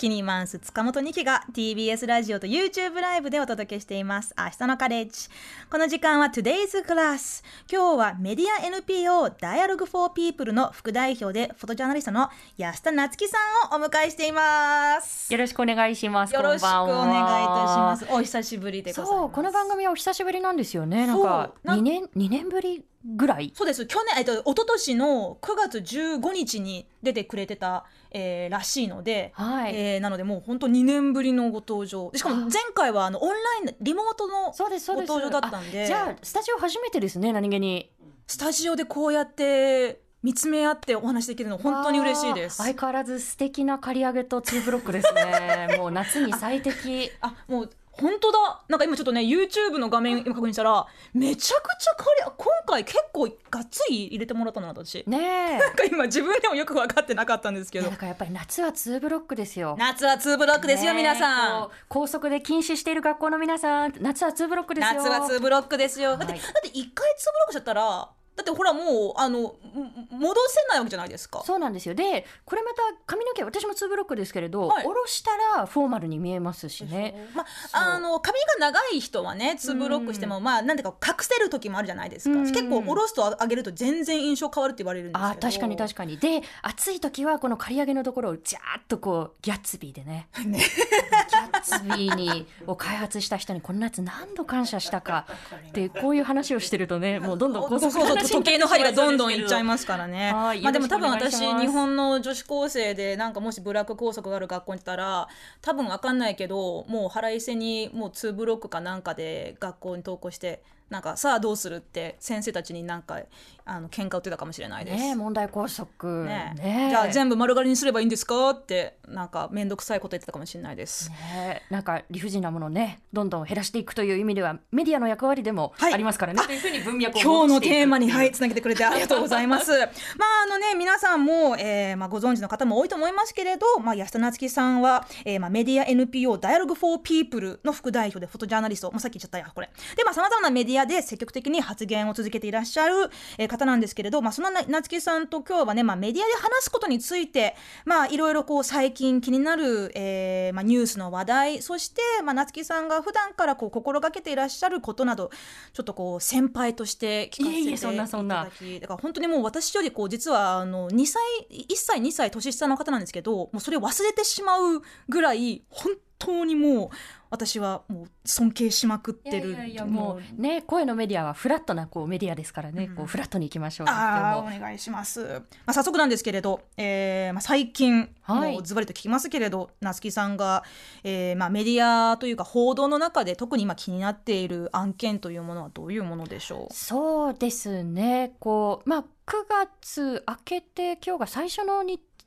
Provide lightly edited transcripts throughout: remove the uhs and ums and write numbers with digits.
キニマンス塚本二希が TBS ラジオと YouTube ライブでお届けしています明日のカレッジ。この時間は Today's Class。 今日はメディア NPO Dialogue for People の副代表でフォトジャーナリストの安田なつきさんをお迎えしています。 よろしくお願いします。 よろしくお願いいたします。お久しぶりでございます。 そう、この番組はお久しぶりなんですよね。なんか2年ぶりぐらい。 そうです。去年、一昨年の9月15日に出てくれてた、らしいので、 はい、 なのでもう本当2年ぶりのご登場。しかも前回はオンラインリモートのご登場だったんで。 じゃあスタジオ初めてですね。何気にスタジオでこうやって見つめ合ってお話できるの本当に嬉しいです。 相変わらず素敵な刈り上げと2ブロックですね。もう夏に最適。 もう本当だ。なんか今ちょっとね YouTube の画面今確認したらめちゃくちゃ今回結構がっつり入れてもらったの私ね。 なんか今自分でもよく分かってなかったんですけど、 だからやっぱり夏は2ブロックですよ。 夏は2ブロックですよ、皆さん。 校則で禁止している学校の皆さん、夏は2ブロックですよ。 夏は2ブロックですよ。だって1回2ブロックしちゃったらだってほらもう戻せないわけじゃないですか。 そうなんですよ。でこれまた髪の毛、私も2ブロックですけれど、 はい、 下ろしたらフォーマルに見えますしね。 髪が長い人はね2ブロックしてもなんていうか隠せる時もあるじゃないですか。結構下ろすと上げると全然印象変わるって言われるんですけど。 確かに確かに。で暑い時はこの刈り上げのところをジャーッとこうギャッツビーでねギャッツビーを開発した人にこの夏何度感謝したかで、こういう話をしてるとね、もうどんどん高速の話時計の針がどんどんいっちゃいますからね。でも多分私日本の女子高生でなんかもしブラック校則がある学校に行ったら多分分かんないけどもう腹いせにもう2ブロックかなんかで学校に登校してなんかさあどうするって先生たちになんか喧嘩売ってたかもしれないです、 問題校則、 じゃあ全部丸刈りにすればいいんですかってなんかめんどくさいこと言ってたかもしれないです、 なんか理不尽なものをねどんどん減らしていくという意味ではメディアの役割でもありますからね、というふうに文脈を今日のテーマにつなげてくれてありがとうございます皆さんも、ご存知の方も多いと思いますけれど、安田なつきさんは、メディア NPO Dialogue for People の副代表でフォトジャーナリスト、さっき言っちゃったやこれでさまざまなメディアで積極的に発言を続けていらっしゃる、方なんですけれど、そのなつきさんと今日はね、メディアで話すことについていろいろこう最近気になる、ニュースの話題、そしてなつきさんが普段からこう心がけていらっしゃることなどちょっとこう先輩として聞かせていただき、 そんなだから本当にもう私よりこう実は1歳2歳年下の方なんですけど、もうそれを忘れてしまうぐらい本当にもう私はもう尊敬しまくってる。 もうね、声のメディアはフラットなこうメディアですからね、こうフラットに行きましょう。 お願いします。早速なんですけれど、最近、もうズバリと聞きますけれど、なつきさんが、メディアというか報道の中で特に今気になっている案件というものはどういうものでしょう。 そうですね、こう、9月明けて今日が最初の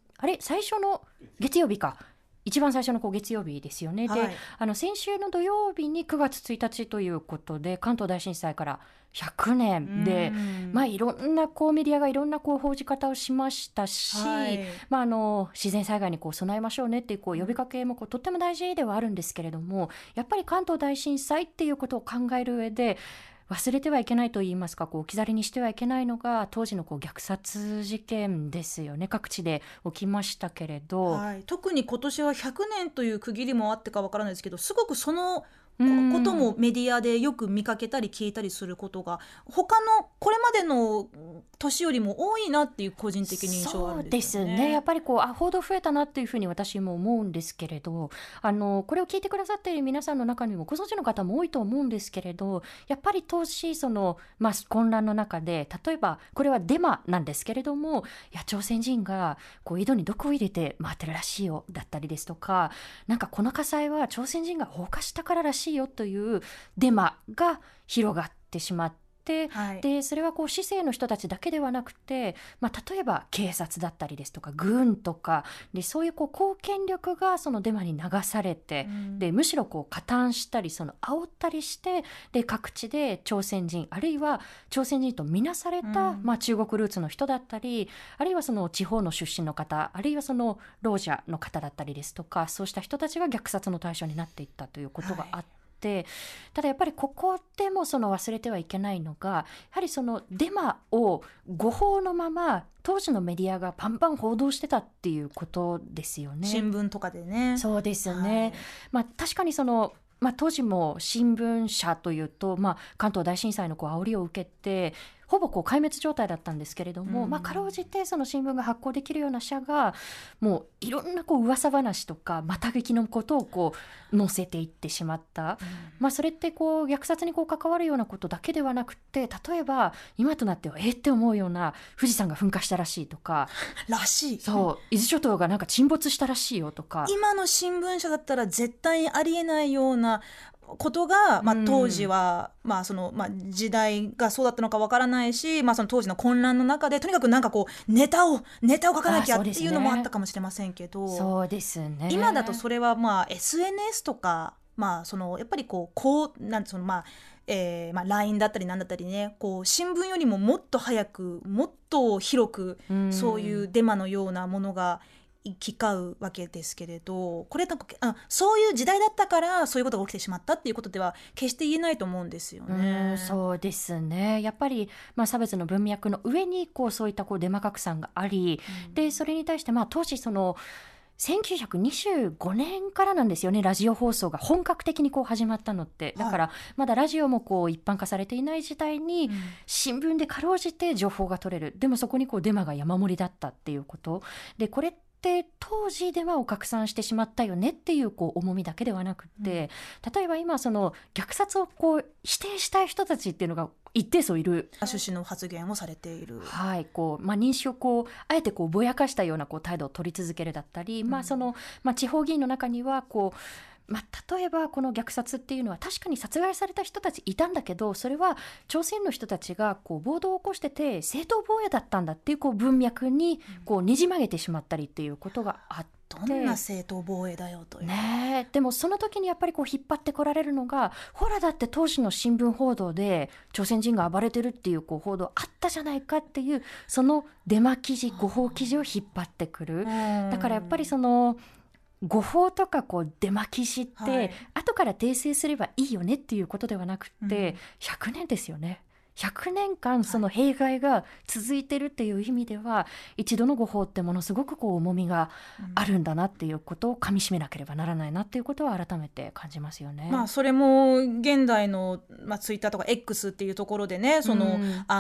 月曜日か、一番最初の月曜日ですよね、で先週の土曜日に9月1日ということで関東大震災から100年で、いろんなメディアがいろんな報じ方をしましたし、自然災害に備えましょうねっていう呼びかけもとっても大事ではあるんですけれども、やっぱり関東大震災っていうことを考える上で忘れてはいけないといいますか、置き去りにしてはいけないのが当時の虐殺事件ですよね。各地で起きましたけれど、 特に今年は100年という区切りもあってかわからないですけど、すごくそのこともメディアでよく見かけたり聞いたりすることが他のこれまでの年よりも多いなっていう個人的に印象あるんですよね。 そうですね、やっぱり報道増えたなっていうふうに私も思うんですけれど、これを聞いてくださっている皆さんの中にもご存知の方も多いと思うんですけれど、やっぱり当時混乱の中で、例えばこれはデマなんですけれども、朝鮮人が井戸に毒を入れて回ってるらしいよだったりですとか、なんかこの火災は朝鮮人が放火したかららしいよというデマが広がってしまって、でそれは市政の人たちだけではなくて、例えば警察だったりですとか軍とかで、そういう公権力がそのデマに流されて、でむしろ加担したり煽ったりして、で各地で朝鮮人あるいは朝鮮人とみなされた、中国ルーツの人だったり、あるいはその地方の出身の方、あるいはその老者の方だったりですとか、そうした人たちが虐殺の対象になっていったということがあって、 て、ただやっぱりここでもその忘れてはいけないのが、やはりそのデマを誤報のまま当時のメディアがバンバン報道してたっていうことですよね。 新聞とかでね。 そうですね、確かにその当時も新聞社というと、関東大震災の煽りを受けてほぼ壊滅状態だったんですけれども、かろうじてその新聞が発行できるような社がもういろんな噂話とかまた劇のことを載せていってしまった、それって虐殺に関わるようなことだけではなくて、例えば今となってはって思うような富士山が噴火したらしいとか、 らしい、 そう伊豆諸島がなんか沈没したらしいよとか、 今の新聞社だったら絶対にありえないようなことが、当時は、時代がそうだったのかわからないし、その当時の混乱の中でとにかくネタを書かなきゃっていうのもあったかもしれませんけど、 そうですね、 今だとそれはSNS とか、やっぱりLINE だったりなんだったりね、新聞よりももっと早くもっと広く、そういうデマのようなものが行き交うわけですけれど、これそういう時代だったからそういうことが起きてしまったっていうことでは決して言えないと思うんですよね。 そうですね、やっぱり、差別の文脈の上にそういったデマ拡散があり、でそれに対して当時その1925年からなんですよね、ラジオ放送が本格的に始まったのって。だからまだラジオも一般化されていない時代に、新聞でかろうじて情報が取れる。でもそこにデマが山盛りだったっていうことで、これって当時デマを拡散してしまったよねっていう重みだけではなくて、例えば今その虐殺を否定したい人たちっていうのが一定数いる、 趣旨の発言をされている、 認識をあえてぼやかしたような態度を取り続けるだったり、その地方議員の中には例えばこの虐殺っていうのは確かに殺害された人たちいたんだけど、それは朝鮮の人たちが暴動を起こしてて正当防衛だったんだっていう文脈にねじ曲げてしまったりっていうことがあって、 どんな正当防衛だよという、 でもその時にやっぱり引っ張ってこられるのが、ほらだって当時の新聞報道で朝鮮人が暴れてるっていう報道あったじゃないかっていう、そのデマ記事誤報記事を引っ張ってくる。だからやっぱりその誤報とかデマ記事って、後から訂正すればいいよねっていうことではなくて、100年ですよね。100年間その弊害が続いてるっていう意味では、一度の誤報ってものすごく重みがあるんだなっていうことをかみしめなければならないなっていうことは改めて感じますよね。 それも現代の、ツイッターとか X っていうところでね、その、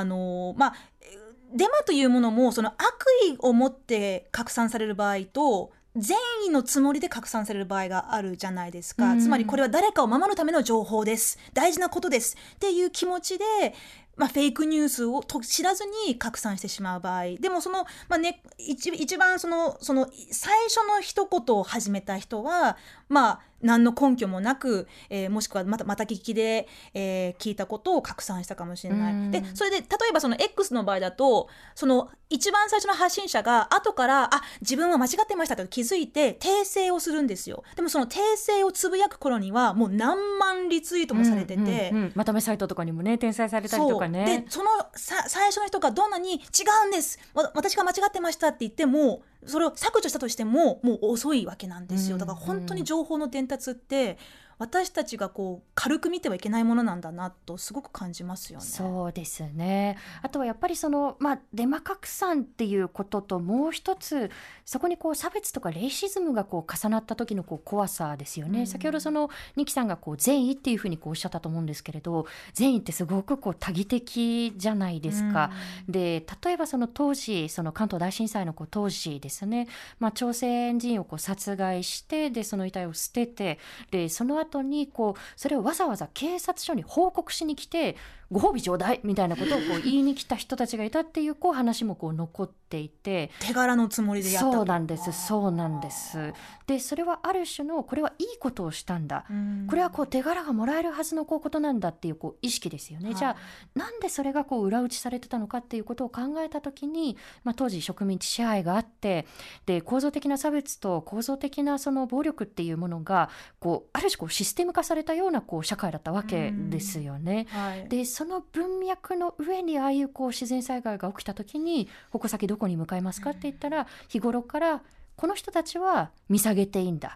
デマというものもその悪意を持って拡散される場合と善意のつもりで拡散される場合があるじゃないですか。つまりこれは誰かを守るための情報です、大事なことですっていう気持ちで、フェイクニュースを知らずに拡散してしまう場合でも、その、一番その最初の一言を始めた人は何の根拠もなく、もしくはまた聞きで、聞いたことを拡散したかもしれない。でそれで例えばその X の場合だと、その一番最初の発信者が後から自分は間違ってましたと気づいて訂正をするんですよ。でもその訂正をつぶやく頃にはもう何万リツイートもされてて、 まとめサイトとかにもね転載されたりとかね。 でその最初の人がどんなに違うんです、私が間違ってましたって言っても、それを削除したとしてももう遅いわけなんですよ。だから本当に情報の伝達って私たちが軽く見てはいけないものなんだなとすごく感じますよね。 そうですね。あとはやっぱりその、デマ拡散っていうことと、もう一つそこに差別とかレイシズムが重なった時の怖さですよね。先ほどそのニキさんが善意っていうふうにおっしゃったと思うんですけれど、善意ってすごく多義的じゃないですか。で例えばその当時、その関東大震災の当時ですね、朝鮮人を殺害して、でその遺体を捨てて、でその後にそれをわざわざ警察署に報告しに来て、ご褒美ちょうだいみたいなことを言いに来た人たちがいたっていう話も残っていて、 手柄のつもりでやったと。 そうなんです。でそれはある種の、これはいいことをしたんだ、これは手柄がもらえるはずのことなんだっていう意識ですよね。じゃあなんでそれが裏打ちされてたのかっていうことを考えた時に、当時植民地支配があって、で構造的な差別と構造的なその暴力っていうものがある種システム化されたような社会だったわけですよね。でその文脈の上にああいう自然災害が起きた時に、矛先どこに向かいますかって言ったら、日頃からこの人たちは見下げていいんだ、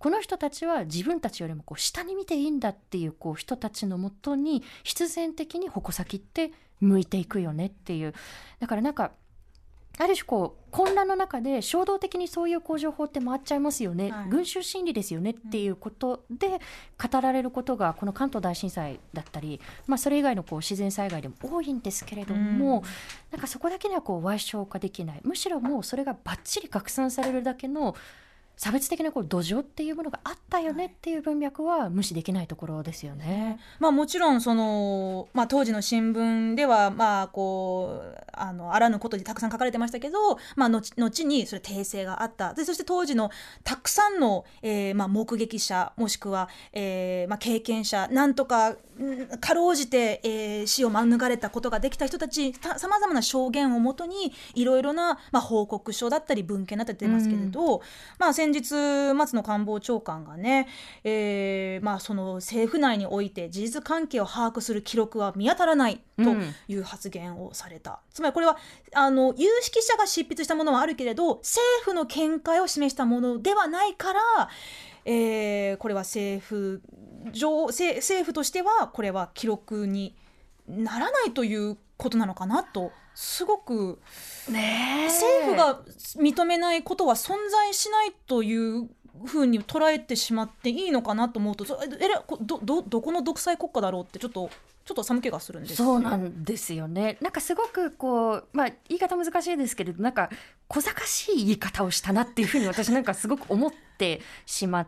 この人たちは自分たちよりもこう下に見ていいんだっていう、こう人たちのもとに必然的に矛先って向いていくよねっていう。だからなんかある種こう混乱の中で衝動的にそういうこう情報って回っちゃいますよね、 はい、 群衆心理ですよねっていうことで語られることがこの関東大震災だったり、それ以外のこう自然災害でも多いんですけれども、なんかそこだけにはこう歪償化できない、むしろもうそれがバッチリ拡散されるだけの差別的なこう土壌っていうものがあったよねっていう文脈は無視できないところですよね。 もちろんその、当時の新聞ではこうあらぬことでたくさん書かれてましたけど、後にそれ訂正があった。でそして当時のたくさんの、目撃者もしくは、経験者、なんとかかろうじて、死を免れたことができた人たち、さまざまな証言をもとにいろいろな、報告書だったり文献だったり出ますけれど、先日松野官房長官がね、その政府内において事実関係を把握する記録は見当たらないという発言をされた。つまりこれは有識者が執筆したものはあるけれど政府の見解を示したものではないから、これは政府としてはこれは記録にならないということなのかなと、すごく政府が認めないことは存在しないというふうに捉えてしまっていいのかなと思うと、どこの独裁国家だろうってちょっと寒気がするんです。 そうなんですよね。なんかすごくこう、言い方難しいですけれど、なんか小賢しい言い方をしたなっていうふうに私なんかすごく思ってしまって、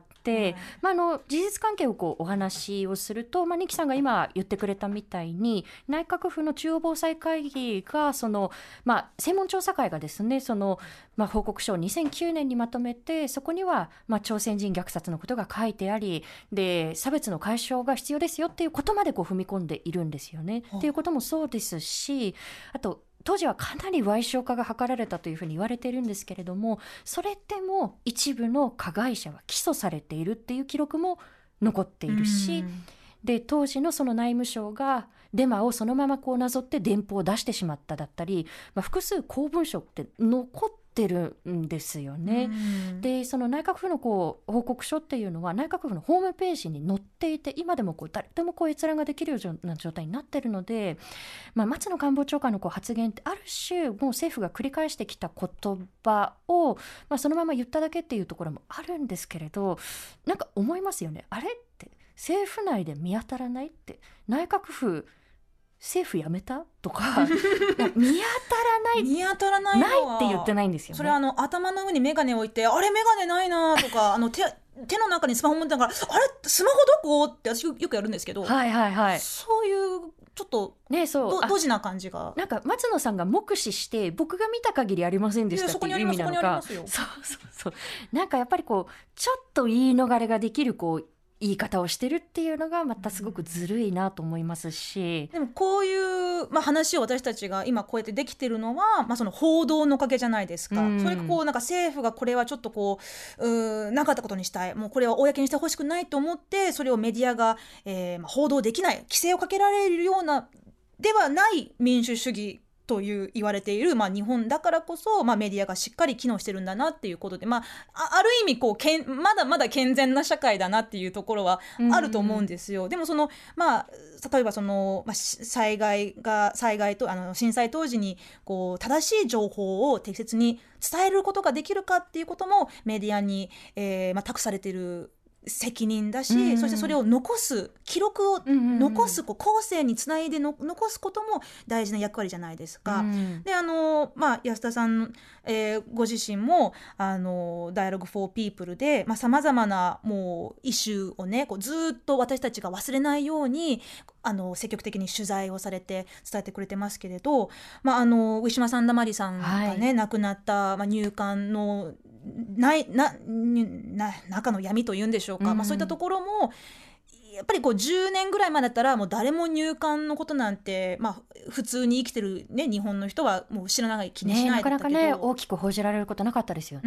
事実関係をこうお話をすると、ニキさんが今言ってくれたみたいに内閣府の中央防災会議がその、専門調査会がですね、その、報告書を2009年にまとめて、そこには、朝鮮人虐殺のことが書いてあり、で差別の解消が必要ですよっていうことまでこう踏み込んでいるんですよね。っていうこともそうですし、あと当時はかなり歪償化が図られたというふうに言われているんですけれども、それでも一部の加害者は起訴されているっていう記録も残っているし、で当時のその内務省がデマをそのままこうなぞって電報を出してしまっただったり、複数公文書って残ってるんですよね。でその内閣府のこう報告書っていうのは内閣府のホームページに載っていて、今でもこう誰でもこう閲覧ができるような状態になっているので、松野官房長官のこう発言ってある種もう政府が繰り返してきた言葉を、そのまま言っただけっていうところもあるんですけれど、なんか思いますよね。あれって政府内で見当たらないって、内閣府政府やめたとか見当たらないって言ってないんですよね。 それは頭の上にメガネ置いて、あれメガネないなとか手の中にスマホ持ってたから、あれスマホどこって私よくやるんですけど、そういうちょっとドジな感じが、 なんか松野さんが目視して僕が見た限りありませんでしたっていう意味なのか、そうなんかやっぱりこうちょっと言い逃れができるこう言い方をしてるっていうのがまたすごくずるいなと思いますし、 でもこういう、話を私たちが今こうやってできてるのは、その報道のおかげじゃないですか。それがこうなんか政府がこれはちょっとこうなかったことにしたい、もうこれは公にしてほしくないと思ってそれをメディアが、報道できない、規制をかけられるようなではない民主主義という言われている、日本だからこそ、メディアがしっかり機能してるんだなっていうことで、ある意味こうまだまだ健全な社会だなっていうところはあると思うんですよ。でもその例えばその、災害と震災当時にこう正しい情報を適切に伝えることができるかっていうこともメディアに、託されている責任だし、そしてそれを残す記録を残す、後世につないで残すことも大事な役割じゃないですか。で安田さん、ご自身もDialogue for People でさまざまなもうイシューをねこうずっと私たちが忘れないように積極的に取材をされて伝えてくれてますけれど、ウィシュマ・サンダマリさんがね、亡くなった、入管の中の闇というんでしょうか、そういったところもやっぱりこう10年ぐらい前だったらもう誰も入管のことなんて、普通に生きてる、日本の人はもう知らない、気にしないだったけど、 なかなか大きく報じられることなかったですよね。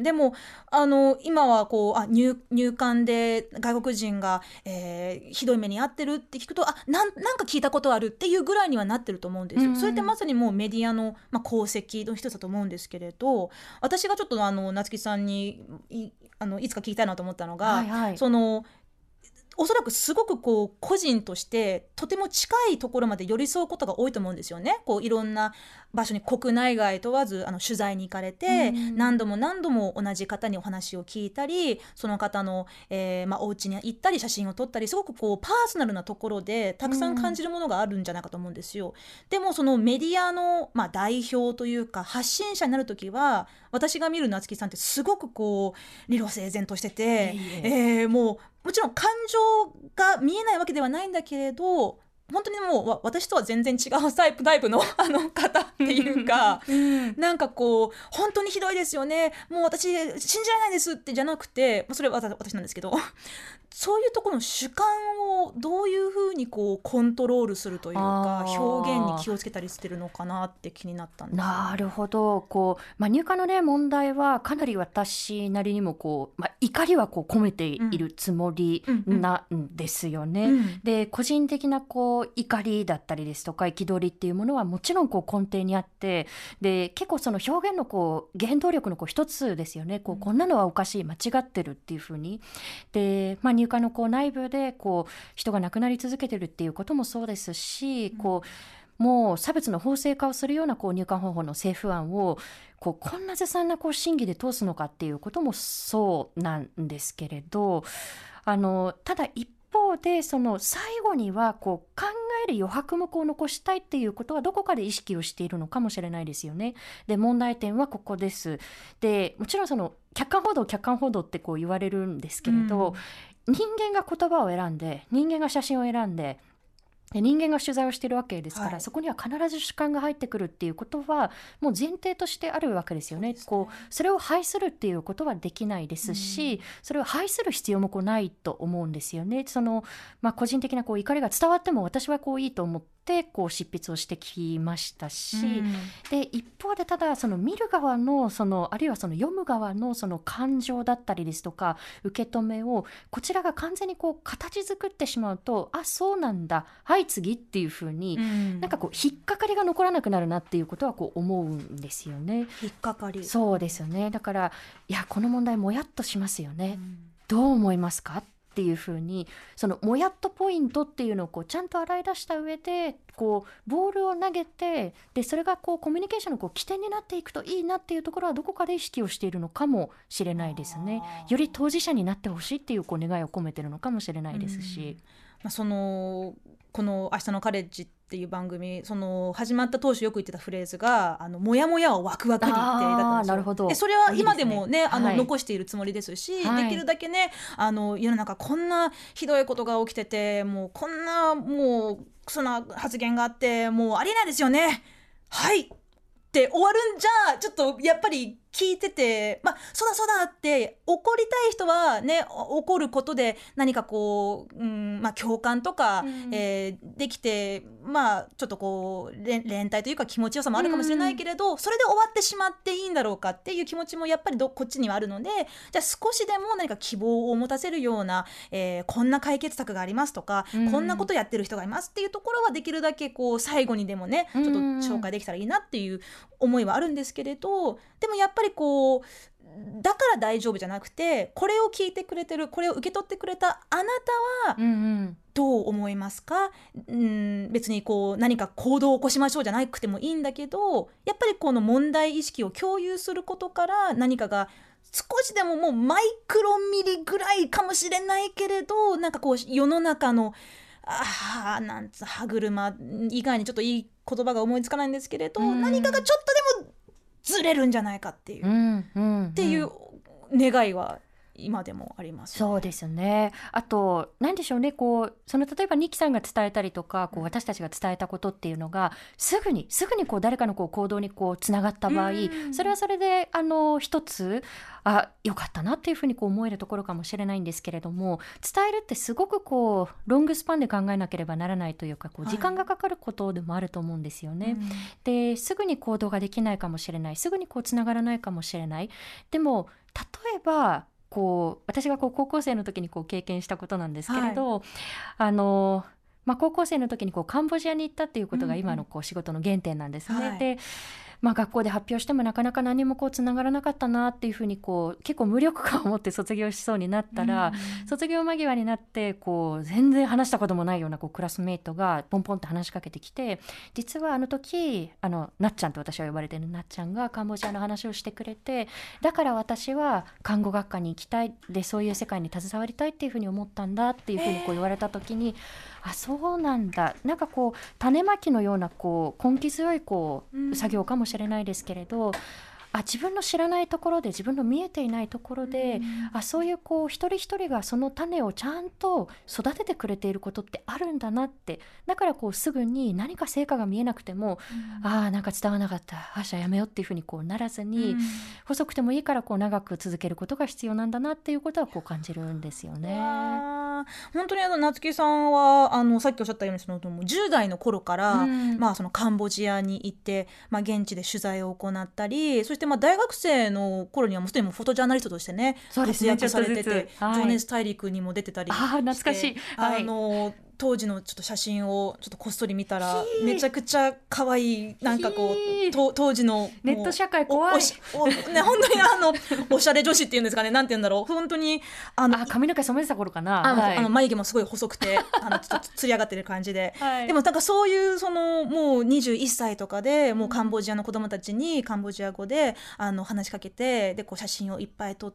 でも今はこう入管で外国人が、ひどい目に遭ってるって聞くとなんか聞いたことあるっていうぐらいにはなってると思うんですよ、それってまさにもうメディアの、功績の一つだと思うんですけれど、私がちょっと夏木さんにいつか聞きたいなと思ったのが、 はいはい、 おそらくすごくこう個人としてとても近いところまで寄り添うことが多いと思うんですよね。こういろんな場所に国内外問わず取材に行かれて、何度も何度も同じ方にお話を聞いたり、その方の、お家に行ったり写真を撮ったり、すごくこうパーソナルなところでたくさん感じるものがあるんじゃないかと思うんですよ。でもそのメディアの、代表というか発信者になるときは、私が見る夏木さんってすごくこう理路整然としてて、もちろん感情が見えないわけではないんだけれど、本当にもう私とは全然違うタイプの方っていうか、なんかこう本当にひどいですよね、もう私信じられないですってじゃなくて、それは私なんですけどそういうところの主観をどういうふうにこうコントロールするというか、表現に気をつけたりしてるのかなって気になったんです。 なるほど。入管のね問題はかなり私なりにも怒りは込めているつもりなんですよね、で個人的な怒りだったりですとか憤りっていうものはもちろん根底にあって、で結構その表現の原動力の一つですよね。こんなのはおかしい、間違ってるっていうふうに。で、入管の内部で人が亡くなり続けてるっていうこともそうですし、もう差別の法制化をするような入管方法の政府案をこんなずさんな審議で通すのかっていうこともそうなんですけれど、ただ一方でその最後には考える余白も残したいっていうことはどこかで意識をしているのかもしれないですよね。で問題点はここです。でもちろんその客観報道って言われるんですけれど、人間が言葉を選んで、人間が写真を選んで、人間が取材をしているわけですから、そこには必ず主観が入ってくるっていうことはもう前提としてあるわけですよね。それを排するっていうことはできないですし、それを排する必要もないと思うんですよね。個人的な怒りが伝わっても私はいいと思って執筆をしてきましたし、で一方でただその見る側のあるいはその読む側のその感情だったりですとか受け止めをこちらが完全に形作ってしまうと、そうなんだ、はい次っていう風に、なんか引っかかりが残らなくなるなっていうことは思うんですよね。 引っかかり、 そうですよね。だからこの問題もやっとしますよね、どう思いますかっていう風に、そのもやっとポイントっていうのをちゃんと洗い出した上でボールを投げて、でそれがコミュニケーションの起点になっていくといいなっていうところはどこかで意識をしているのかもしれないですね。より当事者になってほしいっていう願いを込めてるのかもしれないですし、 この明日のカレッジっていう番組、始まった当初よく言ってたフレーズがもやもやをワクワクにってだったんですよ。 なるほど。 それは今でもね、 はい、 残しているつもりですし、できるだけね世の中こんなひどいことが起きてて、もうこんなもうそんな発言があってもうありえないですよね、はいって終わるんじゃちょっとやっぱり聞いてて、そうだそうだって怒りたい人はね、怒ることで何か共感とか、できて、ちょっと連帯というか気持ちよさもあるかもしれないけれど、それで終わってしまっていいんだろうかっていう気持ちもやっぱりこっちにはあるので、じゃあ少しでも何か希望を持たせるような、こんな解決策がありますとか、こんなことやってる人がいますっていうところはできるだけ最後にでもねちょっと紹介できたらいいなっていう思いはあるんですけれど、でもやっぱりだから大丈夫じゃなくて、これを聞いてくれてる、これを受け取ってくれたあなたはどう思いますか、別に何か行動を起こしましょうじゃなくてもいいんだけど、やっぱりこの問題意識を共有することから何かが少しでももうマイクロミリぐらいかもしれないけれど、なんか世の中のなんつ歯車以外にちょっといい言葉が思いつかないんですけれど、何かがちょっとでもずれるんじゃないかっていう、っていう願いは今でもあります、ね。 そうですね。あと何でしょうね、例えばニキさんが伝えたりとか私たちが伝えたことっていうのがすぐに誰かの行動につながった場合、それはそれで一つよかったなっていうふうに思えるところかもしれないんですけれども、伝えるってすごくロングスパンで考えなければならないというか時間がかかることでもあると思うんですよね、ですぐに行動ができないかもしれない、すぐにつながらないかもしれない。でも例えば私が高校生の時に経験したことなんですけれど、高校生の時にカンボジアに行ったっていうことが今の仕事の原点なんですね。で学校で発表してもなかなか何もつながらなかったなっていうふうに結構無力感を持って卒業しそうになったら、卒業間際になって全然話したこともないようなクラスメイトがポンポンって話しかけてきて、実はあの時なっちゃんと私は呼ばれてるなっちゃんがカンボジアの話をしてくれて、だから私は看護学科に行きたいで、そういう世界に携わりたいっていうふうに思ったんだっていうふうに言われた時に、あ、そうなんだ、なんか種まきのような根気強い作業かもしれないですけれど、自分の知らないところで、自分の見えていないところで、そういう一人一人がその種をちゃんと育ててくれていることってあるんだなって。だからすぐに何か成果が見えなくても、なんか伝わらなかった、じゃあやめようっていうふうにならずに、細くてもいいから長く続けることが必要なんだなっていうことは感じるんですよね。 本当に夏木さんはさっきおっしゃったように10代の頃から、そのカンボジアに行って、現地で取材を行ったり、そして大学生の頃にはもうすでにフォトジャーナリストとしてね、活躍されてて、情熱大陸にも出てたりして、 懐かしい、 当時のちょっと写真をちょっとこっそり見たらめちゃくちゃ可愛い、なんか当時のネット社会怖い本当におしゃれ女子っていうんですかね、なんて言うんだろう、本当に髪の毛染めてた頃かな、 眉毛もすごい細くてちょっとつり上がってる感じで、でもなんかそういうもう21歳とかでもうカンボジアの子供たちにカンボジア語で話しかけて、で写真をいっぱい撮って、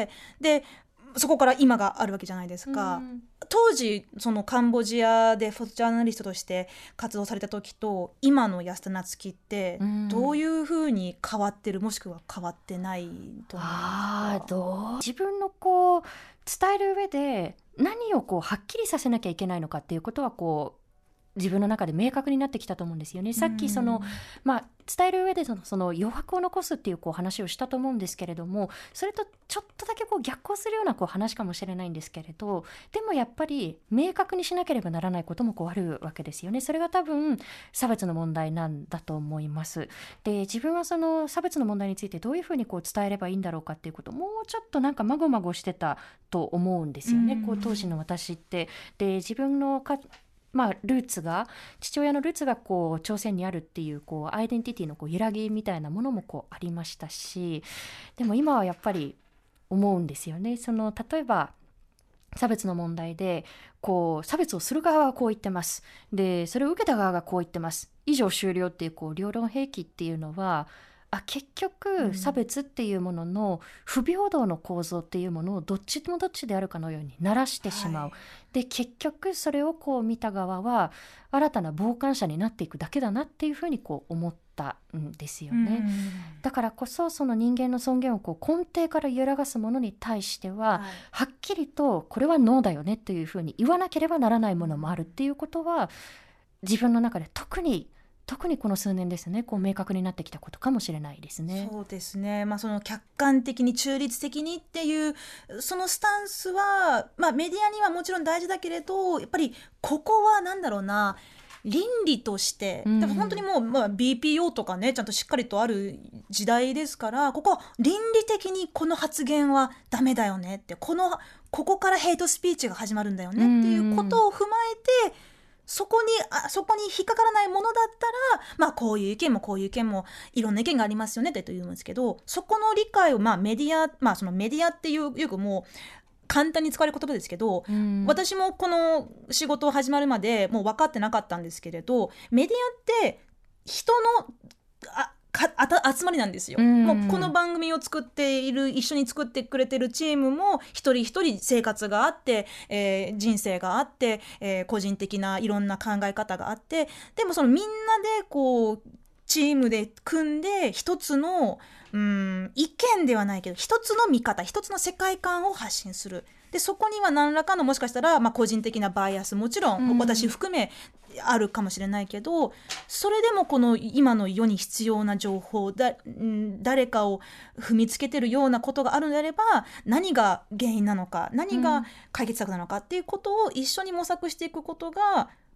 でそこから今があるわけじゃないですか。当時そのカンボジアでフォトジャーナリストとして活動された時と今の安田なつきってどういうふうに変わってる、もしくは変わってないと思いますか？ 自分の伝える上で何をはっきりさせなきゃいけないのかっていうことは自分の中で明確になってきたと思うんですよね。さっき伝える上でその余白を残すっていう話をしたと思うんですけれども、それとちょっとだけ逆行するような話かもしれないんですけれど、でもやっぱり明確にしなければならないこともあるわけですよね。それが多分差別の問題なんだと思います。で、自分はその差別の問題についてどういうふうに伝えればいいんだろうかっていうことをもうちょっとなんかまごまごしてたと思うんですよね、当時の私って。で、自分のルーツが、父親のルーツが朝鮮にあるっていうアイデンティティの揺らぎみたいなものもありましたし、でも今はやっぱり思うんですよね。例えば差別の問題で差別をする側はこう言ってます、でそれを受けた側がこう言ってます、以上終了っていう両論併記っていうのは、結局差別っていうものの不平等の構造っていうものをどっちもどっちであるかのように鳴らしてしまう、で結局それを見た側は新たな傍観者になっていくだけだなっていうふうに思ったんですよね。だからこそその人間の尊厳を根底から揺らがすものに対しては、はっきりとこれはノーだよねというふうに言わなければならないものもあるっていうことは、自分の中で特にこの数年ですね、明確になってきたことかもしれないですね。 そうですね、その客観的に中立的にっていうそのスタンスは、メディアにはもちろん大事だけれど、やっぱりここはなんだろうな、倫理として、でも本当にもう、BPO とかねちゃんとしっかりとある時代ですから、ここは倫理的にこの発言はダメだよねって、ここからヘイトスピーチが始まるんだよねっていうことを踏まえて、そこに引っかからないものだったら、こういう意見もこういう意見もいろんな意見がありますよねって言うんですけど、そこの理解をメディア、そのメディアっていうよくもう簡単に使われる言葉ですけど、私もこの仕事を始まるまでもう分かってなかったんですけれど、メディアって人の集まりなんですよ。もうこの番組を作っている、一緒に作ってくれてるチームも一人一人生活があって、人生があって、個人的ないろんな考え方があって、でもそのみんなでチームで組んで一つの意見ではないけど一つの見方、一つの世界観を発信する。でそこには何らかのもしかしたら、個人的なバイアスもちろん私含めあるかもしれないけど、それでもこの今の世に必要な情報誰かを踏みつけてるようなことがあるのであれば、何が原因なのか、何が解決策なのかっていうことを一緒に模索していくことが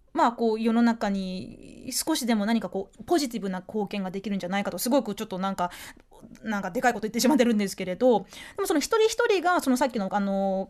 まあこう世の中に少しでも何かこうポジティブな貢献ができるんじゃないかと、すごくちょっとなんかでかいこと言ってしまってるんですけれど、でもその一人一人がそのさっきの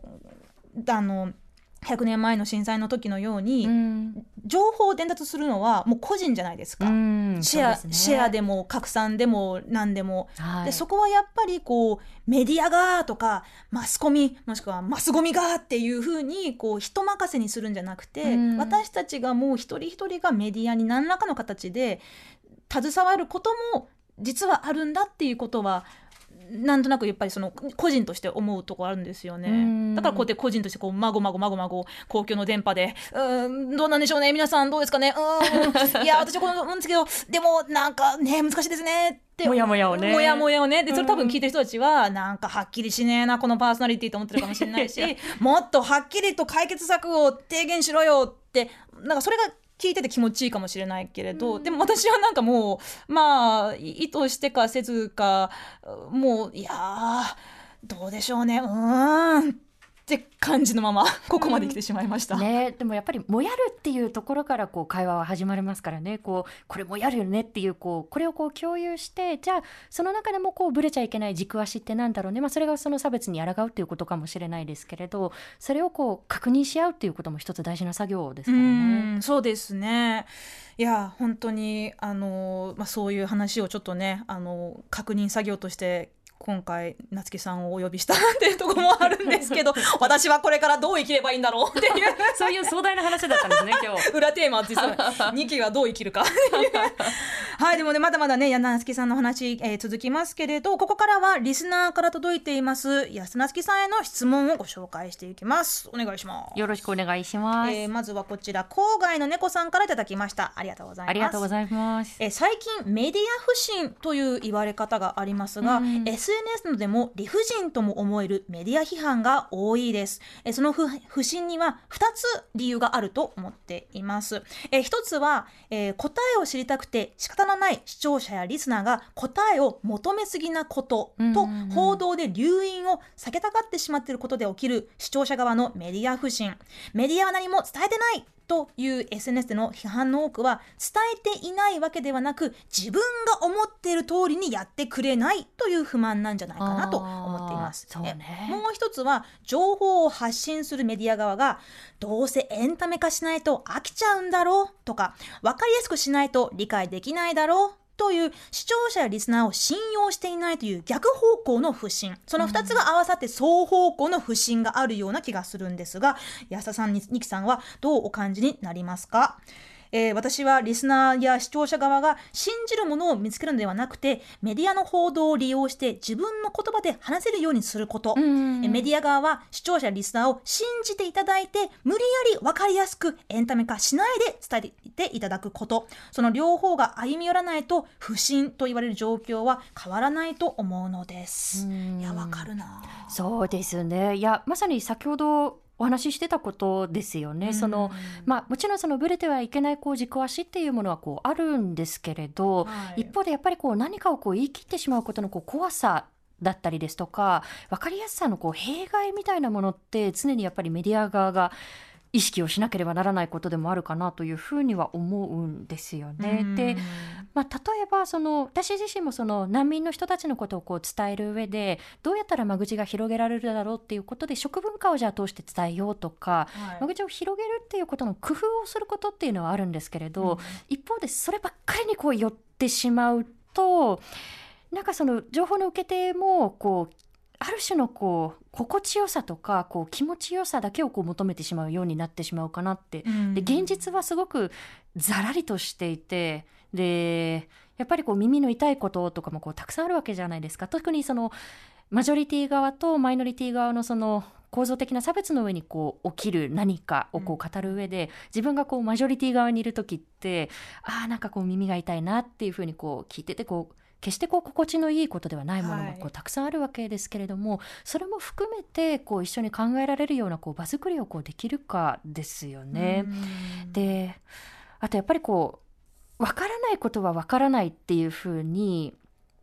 100年前の震災の時のように、情報を伝達するのはもう個人じゃないですか。シェアでも拡散でも何でも、でそこはやっぱりこうメディアがとかマスコミもしくはマスゴミがっていう風にこう人任せにするんじゃなくて、私たちがもう一人一人がメディアに何らかの形で携わることも実はあるんだっていうことはなんとなくやっぱりその個人として思うところあるんですよね。だからこうやって個人としてこうまごまご公共の電波でどうなんでしょうね皆さんどうですかねいや私はこの思うんですけどでもなんかね難しいですねってもやもやをねでそれ多分聞いてる人たちはなんかはっきりしねえなこのパーソナリティと思ってるかもしれないしもっとはっきりと解決策を提言しろよってなんかそれが聞いてて気持ちいいかもしれないけれど、でも私はなんかもうまあ意図してかせずかもういやどうでしょうねって感じのままここまで来てしまいました、 ね、でもやっぱりもやるっていうところからこう会話は始まりますからね。これもやるよねっていうこれをこう共有して、じゃあその中でもこうブレちゃいけない軸足ってなんだろうね、それがその差別に抗うっていうことかもしれないですけれど、それをこう確認し合うっていうことも一つ大事な作業ですからね。 そうですね。いや本当にそういう話をちょっとね確認作業として今回夏木さんをお呼びしたっていうところもあるんですけど私はこれからどう生きればいいんだろうっていうそういう壮大な話だったんですね今日裏テーマ実は2期はどう生きるかはいでもねまだまだね夏木さんの話、続きますけれど、ここからはリスナーから届いています安夏木さんへの質問をご紹介していきます。お願いします。 よろしくお願いします。 まずはこちら郊外の猫さんからいただきました。ありがとうございます。 ありがとうございます。 最近メディア不信という言われ方がありますが、SNS でも理不尽とも思えるメディア批判が多いです。その不信には2つ理由があると思っています。1つは、答えを知りたくて仕方のない視聴者やリスナーが答えを求めすぎなことと、報道で留飲を避けたがってしまっていることで起きる視聴者側のメディア不信。メディアは何も伝えてないという SNS での批判の多くは伝えていないわけではなく自分が思っている通りにやってくれないという不満なんじゃないかなと思っています。 そうね。 もう一つは情報を発信するメディア側がどうせエンタメ化しないと飽きちゃうんだろうとか分かりやすくしないと理解できないだろうという視聴者やリスナーを信用していないという逆方向の不信、その2つが合わさって双方向の不信があるような気がするんですが、安田さん、二木さんはどうお感じになりますか？私はリスナーや視聴者側が信じるものを見つけるのではなくてメディアの報道を利用して自分の言葉で話せるようにすること、メディア側は視聴者リスナーを信じていただいて無理やり分かりやすくエンタメ化しないで伝えていただくこと、その両方が歩み寄らないと不信と言われる状況は変わらないと思うのです。いや分かるな。 そうですね。いやまさに先ほどお話ししてたことですよね。もちろんそのブレてはいけない軸足っていうものはあるんですけれど、一方でやっぱり何かを言い切ってしまうことの怖さだったりですとか分かりやすさの弊害みたいなものって常にやっぱりメディア側が意識をしなければならないことでもあるかなというふうには思うんですよね。で、例えば私自身も難民の人たちのことを伝える上でどうやったら間口が広げられるだろうっていうことで食文化をじゃあ通して伝えようとか、間口を広げるっていうことの工夫をすることっていうのはあるんですけれど、一方でそればっかりに寄ってしまうとなんか情報の受け手もある種の心地よさとか気持ちよさだけを求めてしまうようになってしまうかなって、で現実はすごくざらりとしていて、でやっぱり耳の痛いこととかもたくさんあるわけじゃないですか。特にマジョリティ側とマイノリティ側の構造的な差別の上に起きる何かを語る上で、自分がマジョリティ側にいる時ってなんか耳が痛いなっていうふうに聞いてて決して心地のいいことではないものもたくさんあるわけですけれども、それも含めて一緒に考えられるような場作りをできるかですよね。であとやっぱり分からないことは分からないっていうふうに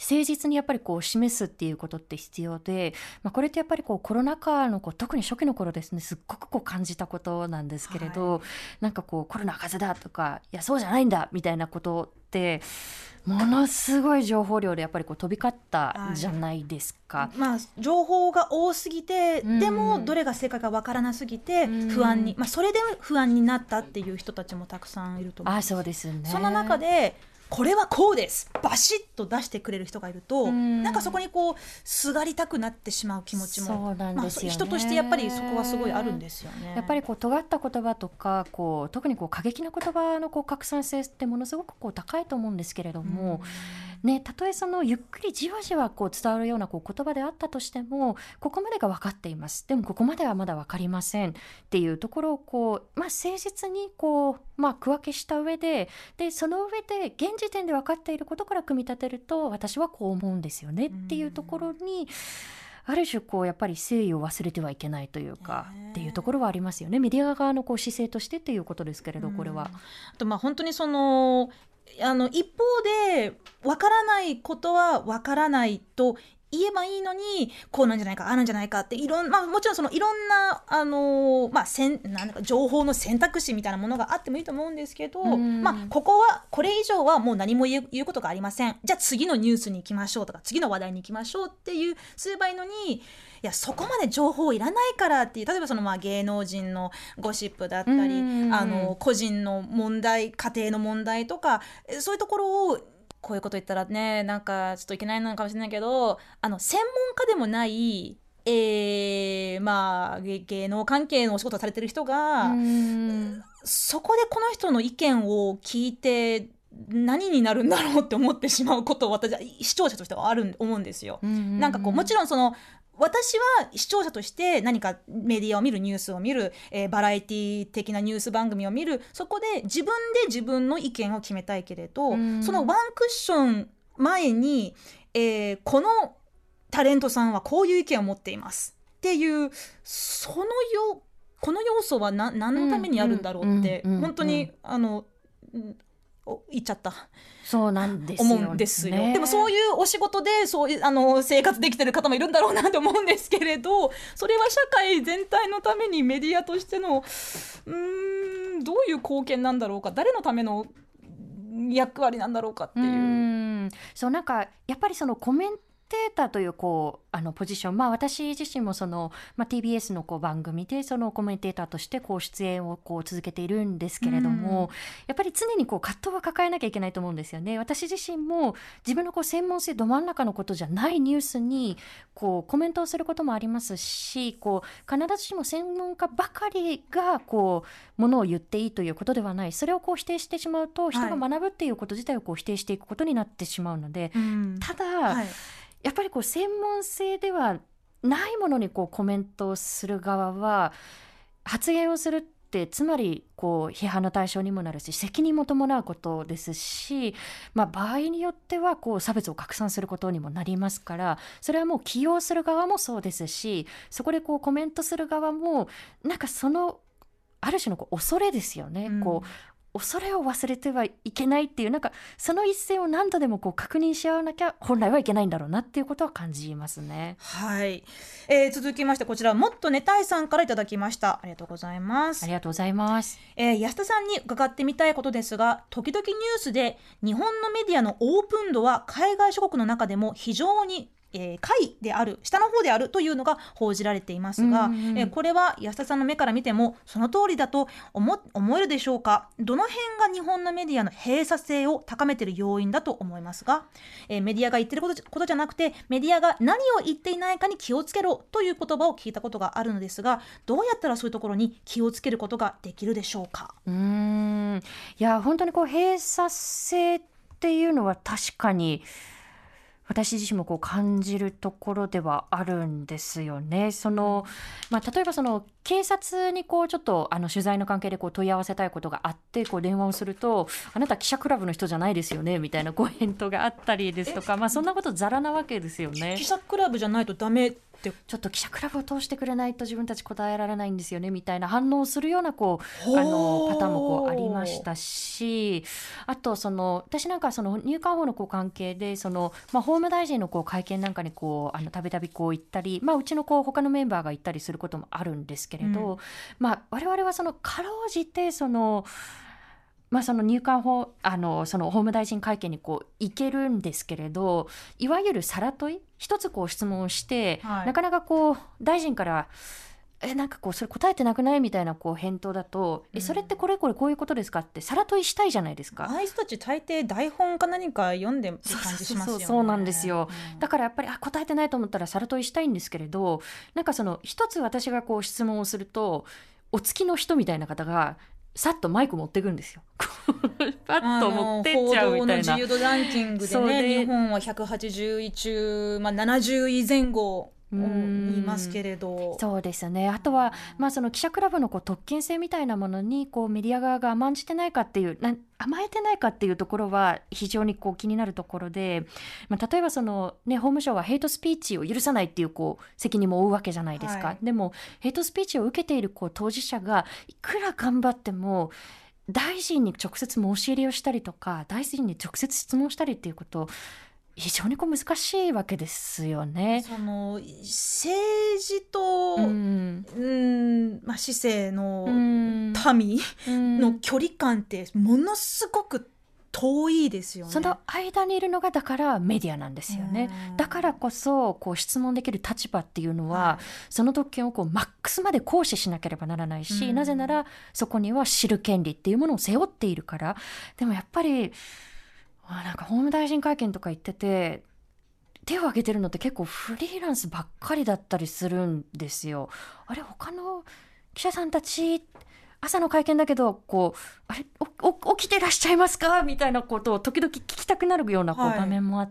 誠実にやっぱりこう示すっていうことって必要で、これってやっぱりこうコロナ禍の特に初期の頃ですね、すっごくこう感じたことなんですけれど、なんかこうコロナ風邪だとか、いやそうじゃないんだみたいなことってものすごい情報量でやっぱりこう飛び交ったじゃないですか。 情報が多すぎて、でもどれが正解かわからなすぎて不安に、それで不安になったっていう人たちもたくさんいると思います。 そうですね。 その中でこれはこうですバシッと出してくれる人がいると、なんかそこにこうすがりたくなってしまう気持ちも、 そうなんですよね。 人としてやっぱりそこはすごいあるんですよね。 やっぱりこう尖った言葉とか特にこう過激な言葉のこう拡散性ってものすごくこう高いと思うんですけれども、たとえそのゆっくりじわじわこう伝わるようなこう言葉であったとしても、ここまでが分かっています、でもここまではまだ分かりませんっていうところをこう、誠実にこう、区分けした上で、その上で現時点で分かっていることから組み立てると私はこう思うんですよねっていうところに、ある種こうやっぱり誠意を忘れてはいけないというか、っていうところはありますよね。メディア側のこう姿勢としてっていうことですけれど、これはあと本当にその一方でわからないことはわからないと言えばいいのに、こうなんじゃないかああなんじゃないかってもちろんそのいろんななんだか情報の選択肢みたいなものがあってもいいと思うんですけど、これ以上はもう何も言うことがありません、じゃあ次のニュースに行きましょうとか次の話題に行きましょうっていうすればいいのに、いやそこまで情報いらないからっていう、例えばその芸能人のゴシップだったり、個人の問題、家庭の問題とか、そういうところをこういうこと言ったらね、なんかちょっといけないのかもしれないけど、専門家でもない芸能関係のお仕事をされてる人が、そこでこの人の意見を聞いて何になるんだろうって思ってしまうことを私は視聴者としては思うんですよ。なんかこうもちろんその私は視聴者として何かメディアを見る、ニュースを見る、バラエティ的なニュース番組を見る、そこで自分で自分の意見を決めたいけれど、そのワンクッション前に、このタレントさんはこういう意見を持っていますっていう、この要素は何のためにあるんだろうって、本当に言っちゃったそうなんですよね、 思うんですよ。でもそういうお仕事でそういう生活できてる方もいるんだろうなと思うんですけれど、それは社会全体のためにメディアとしてのどういう貢献なんだろうか、誰のための役割なんだろうかっていう。 そうなんかやっぱりそのコメンテーターというポジション、私自身もその、TBS の番組でそのコメンテーターとして出演を続けているんですけれども、やっぱり常に葛藤は抱えなきゃいけないと思うんですよね。私自身も自分の専門性ど真ん中のことじゃないニュースにコメントをすることもありますし、必ずしも専門家ばかりがものを言っていいということではない、それを否定してしまうと人が学ぶっていうこと自体を否定していくことになってしまうので、ただ、やっぱり専門性ではないものにコメントをする側は、発言をするってつまり批判の対象にもなるし責任も伴うことですし、場合によっては差別を拡散することにもなりますから、それはもう起用する側もそうですし、そこでコメントする側もなんかそのある種の恐れですよね、恐れを忘れてはいけないっていう、なんかその一線を何度でも確認し合わなきゃ本来はいけないんだろうなっていうことは感じますね。 はい、続きましてこちらもっと寝たいさんからいただきました。ありがとうございます。 ありがとうございます。 安田さんに伺ってみたいことですが、時々ニュースで日本のメディアのオープン度は海外諸国の中でも非常に下位である、下の方であるというのが報じられていますが、これは安田さんの目から見てもその通りだと思えるでしょうか。どの辺が日本のメディアの閉鎖性を高めている要因だと思いますが、メディアが言っていることじゃなくてメディアが何を言っていないかに気をつけろという言葉を聞いたことがあるのですが、どうやったらそういうところに気をつけることができるでしょうか。 いや本当に閉鎖性っていうのは確かに私自身も感じるところではあるんですよね。例えば警察にちょっと取材の関係で問い合わせたいことがあって電話をすると、あなた記者クラブの人じゃないですよねみたいな返答があったりですとか、そんなことざらなわけですよね。 記者クラブじゃないとダメってちょっと記者クラブを通してくれないと自分たち答えられないんですよねみたいな反応をするようなこうパターンもこうありましたし、あと私なんか入管法のこう関係で法務大臣のこう会見なんかにこうたびたびこう行ったり、うちのこう他のメンバーが行ったりすることもあるんですけれど、我々はかろうじてその入管法法務大臣会見にこう行けるんですけれど、いわゆるさら問い一つこう質問をして、なかなかこう大臣からなんかこうそれ答えてなくないみたいなこう返答だと、それってこれこういうことですかってさら問いしたいじゃないですか。 ああいう人たち大抵台本か何か読んでる感じしますよね。 そうなんですよ、だからやっぱり答えてないと思ったらさら問いしたいんですけれど、なんか一つ私がこう質問をするとお付きの人みたいな方がさっとマイク持ってくんですよパッと持ってっちゃうみたいな。報道の自由度ランキングでね、日本は180位中、70位前後いますけれど。 そうですね。あとは、その記者クラブのこう特権性みたいなものにこうメディア側が甘えてないかっていうところは非常にこう気になるところで、例えば法務省はヘイトスピーチを許さないっていうこう責任も負うわけじゃないですか、でもヘイトスピーチを受けているこう当事者がいくら頑張っても大臣に直接申し入れをしたりとか大臣に直接質問したりっていうこと非常にこう難しいわけですよね。 政治と、市政の民の距離感ってものすごく遠いですよね。 その間にいるのがだからメディアなんですよね。だからこそこう質問できる立場っていうのは、その特権をこうマックスまで行使しなければならないし、なぜならそこには知る権利っていうものを背負っているから。でもやっぱりなんか法務大臣会見とか行ってて手を挙げてるのって結構フリーランスばっかりだったりするんですよ。あれ他の記者さんたち朝の会見だけどこうあれ起きてらっしゃいますかみたいなことを時々聞きたくなるようなこう場面もあって、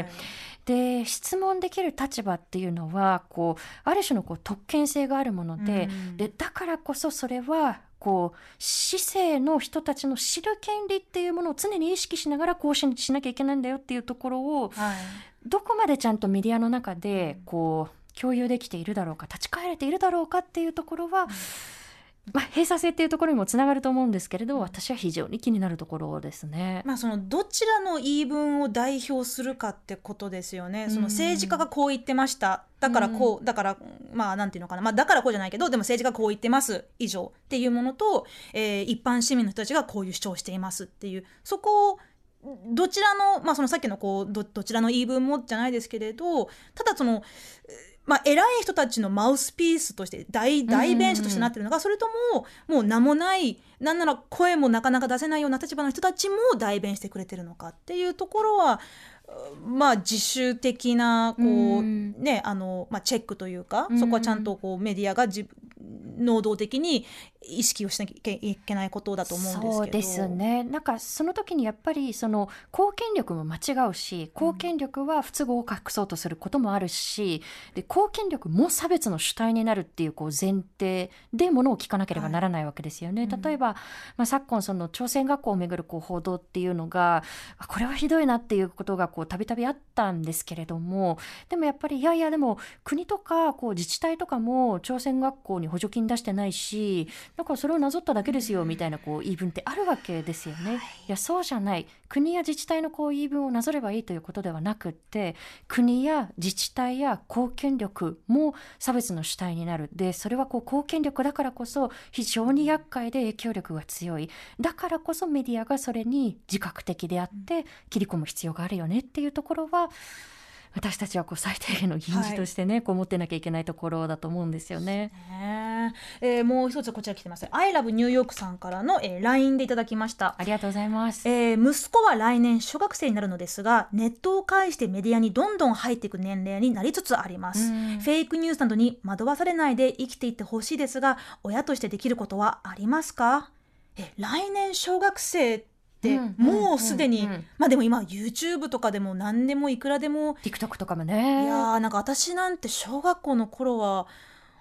で質問できる立場っていうのはこうある種のこう特権性があるもので、だからこそそれはこう市政の人たちの知る権利っていうものを常に意識しながら更新しなきゃいけないんだよっていうところを、どこまでちゃんとメディアの中でこう共有できているだろうか、立ち返れているだろうかっていうところは、閉鎖性っていうところにもつながると思うんですけれど、私は非常に気になるところですね。 どちらの言い分を代表するかってことですよね。政治家がこう言ってました、だからこう、だからなんていうのかな、だからこうじゃないけどでも政治家がこう言ってます以上っていうものと、一般市民の人たちがこういう主張をしていますっていう、そこをどちらの、さっきのこう どちらの言い分もじゃないですけれど、ただ偉い人たちのマウスピースとして代弁者としてなってるのか、それとももう名もないなんなら声もなかなか出せないような立場の人たちも代弁してくれてるのかっていうところは自主的なこう、チェックというか、そこはちゃんとこうメディアが能動的に意識をしなきゃいけないことだと思うんですけど。 そうですね。なんかその時にやっぱり公権力も間違うし、公権力は不都合を隠そうとすることもあるし、で公権力も差別の主体になるっていうこう前提でものを聞かなければならないわけですよね。例えば、昨今朝鮮学校をめぐるこう報道っていうのがこれはひどいなっていうことがたびたびあったんですけれども、でもやっぱりでも国とかこう自治体とかも朝鮮学校に補助金出してないし、だからそれをなぞっただけですよみたいなこう言い分ってあるわけですよね。いやそうじゃない、国や自治体のこう言い分をなぞればいいということではなくって、国や自治体や公権力も差別の主体になる。でそれはこう公権力だからこそ非常に厄介で影響力が強い、だからこそメディアがそれに自覚的であって切り込む必要があるよねっていうところは、私たちはこう最低限の銀次としてね、こう持ってなきゃいけないところだと思うんですよね。 もう一つこちら来てます。I love New York さんからの、LINE でいただきました。 ありがとうございます。 息子は来年小学生になるのですが、ネットを介してメディアにどんどん入っていく年齢になりつつあります。フェイクニュースなどに惑わされないで生きていってほしいですが、親としてできることはありますか？来年小学生ってもうすでに、でも今 YouTube とかでも何でもいくらでも TikTok とかもね。 いやなんか私なんて小学校の頃は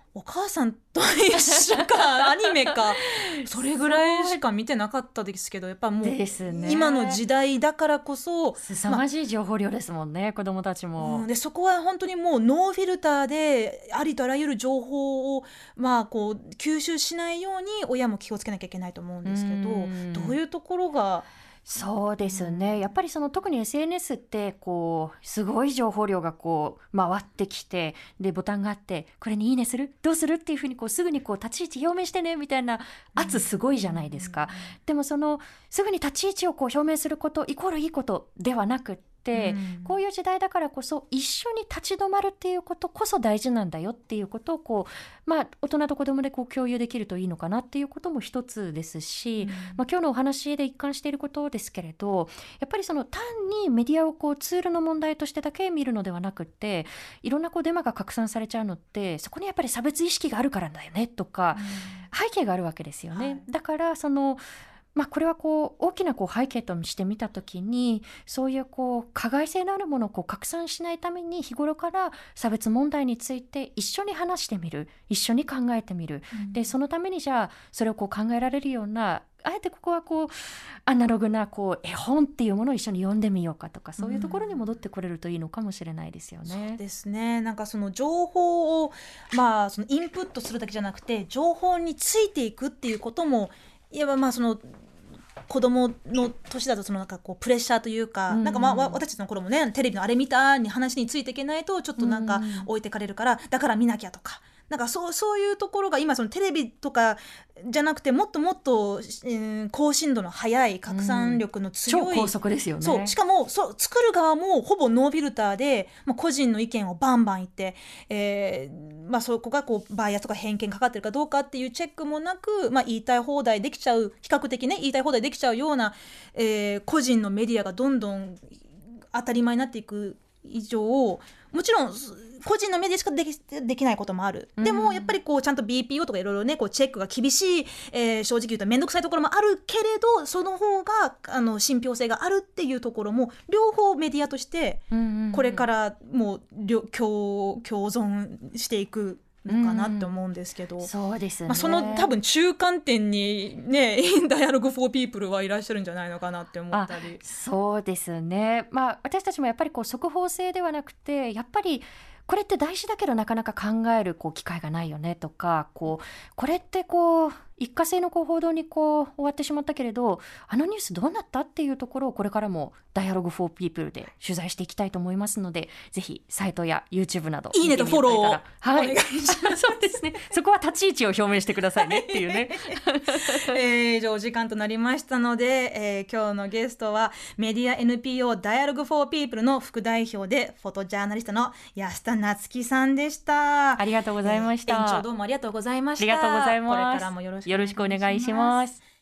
お母さんと一緒かアニメかそれぐらいしか見てなかったですけど、やっぱもうですね、 今の時代だからこそ凄まじい情報量ですもんね、子どもたちも、 でそこは本当にもうノーフィルターでありとあらゆる情報をこう吸収しないように親も気をつけなきゃいけないと思うんですけど、どういうところが。 そうですね、やっぱり特に SNS ってすごい情報量が回ってきて、でボタンがあって、これにいいねするどうするっていうふうにすぐに立ち位置表明してねみたいな圧すごいじゃないですか。でもすぐに立ち位置を表明することイコールいいことではなくって、こういう時代だからこそ一緒に立ち止まるっていうことこそ大事なんだよっていうことを大人と子供で共有できるといいのかなっていうことも一つですし、今日のお話で一貫していることですけれど、やっぱり単にメディアをツールの問題としてだけ見るのではなくって、いろんなデマが拡散されちゃうのって、そこにやっぱり差別意識があるからだよねとか、背景があるわけですよね。だからこれは大きな背景として見たときに、そういう加害性のあるものを拡散しないために、日頃から差別問題について一緒に話してみる、一緒に考えてみる、でそのためにじゃあそれを考えられるような、あえてここはアナログな絵本っていうものを一緒に読んでみようかとか、そういうところに戻ってこれるといいのかもしれないですよね。 そうですね、なんか情報をインプットするだけじゃなくて、情報についていくっていうことも、いわば子供の年だとなんかプレッシャーというか、なんか私たちの頃もね、テレビのあれ見たに話についていけないとちょっとなんか置いてかれるから、だから見なきゃとか、なんかそういうところが今テレビとかじゃなくて、もっともっと、高深度の速い拡散力の強い、 超高速ですよね。 そうしかも作る側もほぼノーフィルターで、個人の意見をバンバン言って、そこがバイアスとか偏見かかってるかどうかっていうチェックもなく、言いたい放題できちゃう、比較的ね言いたい放題できちゃうような、個人のメディアがどんどん当たり前になっていく以上、もちろん個人のメディアしかできないこともある。でもやっぱりちゃんと BPO とかいろいろねチェックが厳しい、正直言うと面倒くさいところもあるけれど、その方が信憑性があるっていうところも、両方メディアとしてこれからもう共存していくのかなって思うんですけど、 そうですね、 その多分中間点にねDialogue for People はいらっしゃるんじゃないのかなって思ったり。 そうですね、私たちもやっぱり速報性ではなくて、やっぱりこれって大事だけどなかなか考える機会がないよねとか、これって一過性の報道に終わってしまったけれど、あのニュースどうなったっていうところをこれからも Dialogue for People で取材していきたいと思いますので、ぜひサイトや YouTube などいいねとフォローをお願いします。そうですね、そこは立ち位置を表明してくださいねっていうね以上お時間となりましたので、今日のゲストはメディア NPO Dialogue for People の副代表でフォトジャーナリストの安田なつきさんでした。 ありがとうございました。 延長どうもありがとうございました。 ありがとうございます。 これからもよろしくお願いします。